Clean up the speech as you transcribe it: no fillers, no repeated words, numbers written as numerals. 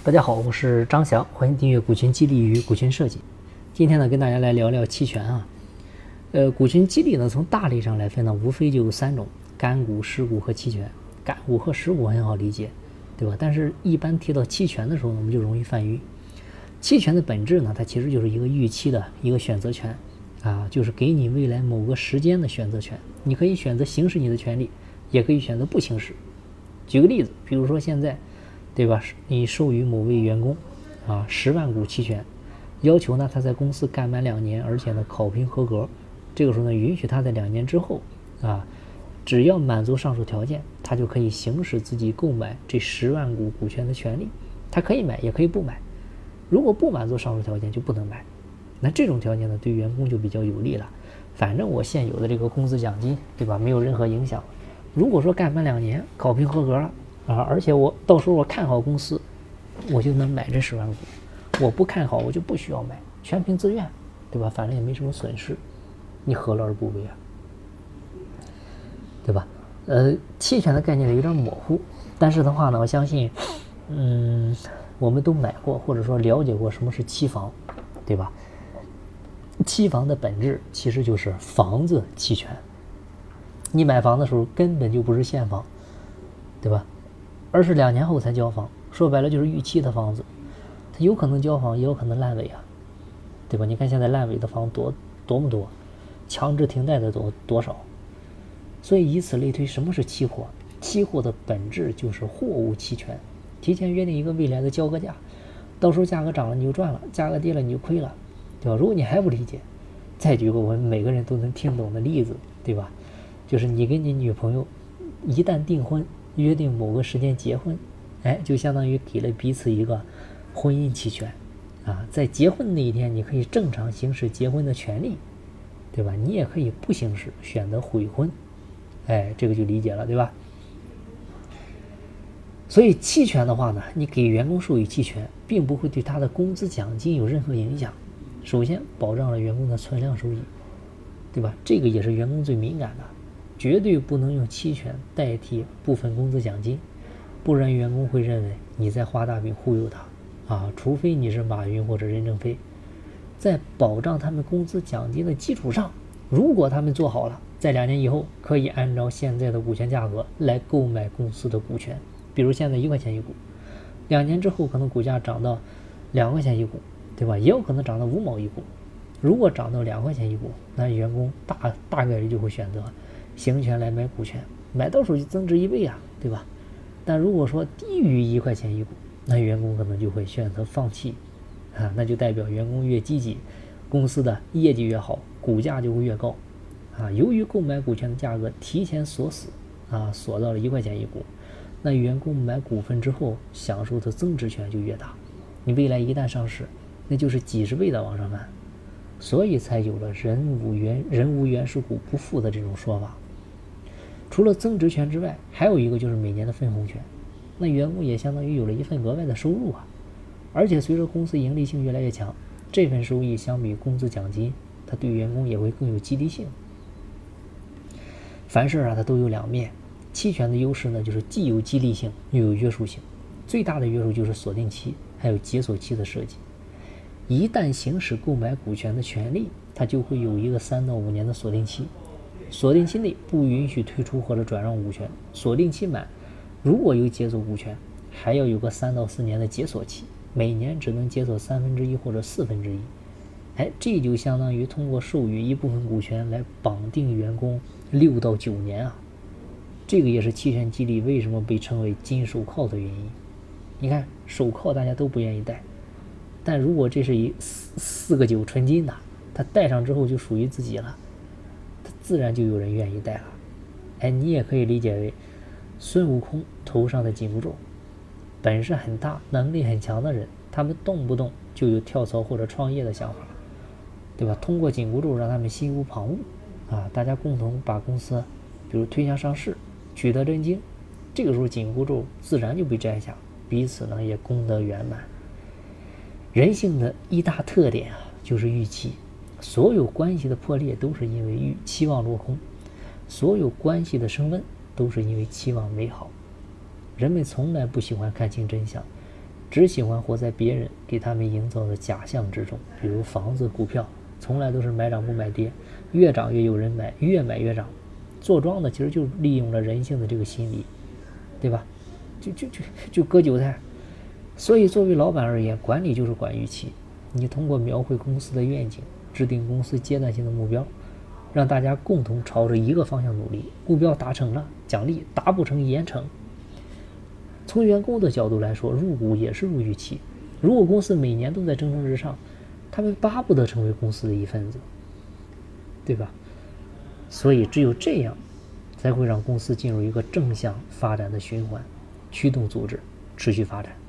大家好，我是张翔，欢迎订阅股权激励与股权设计。今天呢，跟大家来聊聊期权啊。股权激励呢，从大类上来分呢，无非就3种：干股、实股和期权。干股和实股很好理解，对吧？但是一般提到期权的时候呢，我们就容易犯晕。期权的本质呢，它其实就是一个预期的一个选择权啊，就是给你未来某个时间的选择权。你可以选择行使你的权利，也可以选择不行使。举个例子，比如说现在，对吧？你授予某位员工啊10万股期权，要求呢他在公司干满2年，而且呢考评合格。这个时候呢，允许他在2年之后啊，只要满足上述条件，他就可以行使自己购买这10万股股权的权利。他可以买，也可以不买。如果不满足上述条件，就不能买。那这种条件呢，对员工就比较有利了。反正我现有的这个工资奖金，对吧？没有任何影响。如果说干满2年，考评合格了啊，而且我到时候我看好公司，我就能买这10万股。我不看好，我就不需要买，全凭自愿，对吧？反正也没什么损失，你何乐而不为啊？对吧？期权的概念呢有点模糊，但是的话呢，我相信，我们都买过或者说了解过什么是期房，对吧？期房的本质其实就是房子期权。你买房的时候根本就不是现房，对吧？而是2年后才交房，说白了就是预期的房子，它有可能交房，也有可能烂尾啊，对吧？你看现在烂尾的房多么多，强制停贷的多少？所以以此类推，什么是期货？期货的本质就是货物期权，提前约定一个未来的交割价，到时候价格涨了你就赚了，价格跌了你就亏了，对吧？如果你还不理解，再举个我们每个人都能听懂的例子，对吧？就是你跟你女朋友一旦订婚，约定某个时间结婚，就相当于给了彼此一个婚姻期权啊。在结婚那一天，你可以正常行使结婚的权利，对吧？你也可以不行使，选择悔婚，这个就理解了，对吧？所以期权的话呢，你给员工授予期权，并不会对他的工资奖金有任何影响。首先保障了员工的存量收益，对吧？这个也是员工最敏感的，绝对不能用期权代替部分工资奖金，不然员工会认为你在画大饼忽悠他啊！除非你是马云或者任正非。在保障他们工资奖金的基础上，如果他们做好了，在2年以后可以按照现在的股权价格来购买公司的股权。比如现在1块钱一股，2年之后可能股价涨到2块钱一股，对吧？也有可能涨到5毛一股。如果涨到2块钱一股，那员工大概率就会选择行权来买股权，买到手就增值1倍啊，对吧？但如果说低于1块钱一股，那员工可能就会选择放弃啊，那就代表员工越积极，公司的业绩越好，股价就会越高啊。由于购买股权的价格提前锁死啊，锁到了1块钱一股，那员工买股份之后享受的增值权就越大，你未来一旦上市，那就是几十倍的往上翻，所以才有了人无原始股不付的这种说法。除了增值权之外，还有一个就是每年的分红权，那员工也相当于有了一份额外的收入啊。而且随着公司盈利性越来越强，这份收益相比工资奖金，它对员工也会更有激励性。凡事啊，它都有2面。期权的优势呢，就是既有激励性又有约束性。最大的约束就是锁定期还有解锁期的设计。一旦行使购买股权的权利，它就会有一个3到5年的锁定期，锁定期内不允许退出或者转让股权，锁定期满，如果有解锁股权，还要有个3到4年的解锁期，每年只能解锁1/3或者1/4。这就相当于通过授予一部分股权来绑定员工6到9年啊。这个也是期权激励为什么被称为金手铐的原因。你看手铐大家都不愿意戴，但如果这是一4个9纯金的，它戴上之后就属于自己了，它自然就有人愿意戴了。你也可以理解为孙悟空头上的紧箍咒。本事很大能力很强的人，他们动不动就有跳槽或者创业的想法，对吧？通过紧箍咒让他们心无旁骛啊，大家共同把公司比如推向上市，取得真经，这个时候紧箍咒自然就被摘下，彼此呢也功德圆满。人性的一大特点啊，就是预期。所有关系的破裂都是因为期望落空，所有关系的升温都是因为期望美好。人们从来不喜欢看清真相， 只喜欢活在别人给他们营造的假象之中，比如房子、股票，从来都是买涨不买跌，越涨越有人买，越买越涨。做庄的其实就利用了人性的这个心理，对吧？就割韭菜。所以作为老板而言，管理就是管预期。你通过描绘公司的愿景，制定公司阶段性的目标，让大家共同朝着一个方向努力，目标达成了奖励，达不成严惩。从员工的角度来说，入股也是入预期。如果公司每年都在蒸蒸日上，他们巴不得成为公司的一份子，对吧？所以只有这样才会让公司进入一个正向发展的循环，驱动组织持续发展。